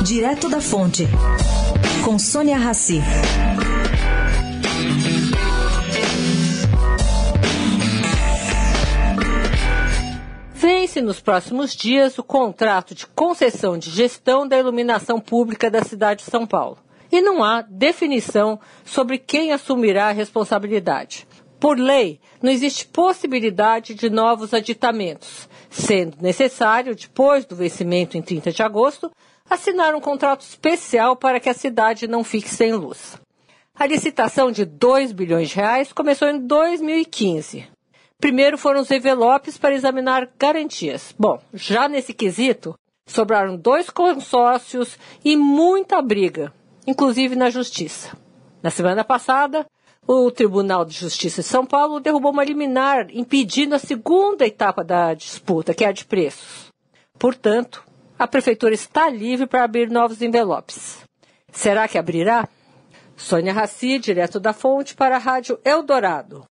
Direto da Fonte, com Sônia Rassi. Vence nos próximos dias o contrato de concessão de gestão da iluminação pública da cidade de São Paulo. E não há definição sobre quem assumirá a responsabilidade. Por lei, não existe possibilidade de novos aditamentos, sendo necessário, depois do vencimento em 30 de agosto, assinar um contrato especial para que a cidade não fique sem luz. A licitação de R$2 bilhões começou em 2015. Primeiro foram os envelopes para examinar garantias. Bom, já nesse quesito, sobraram 2 consórcios e muita briga, inclusive na Justiça. Na semana passada, o Tribunal de Justiça de São Paulo derrubou uma liminar impedindo a segunda etapa da disputa, que é a de preços. Portanto, a Prefeitura está livre para abrir novos envelopes. Será que abrirá? Sônia Rassi, direto da Fonte, para a Rádio Eldorado.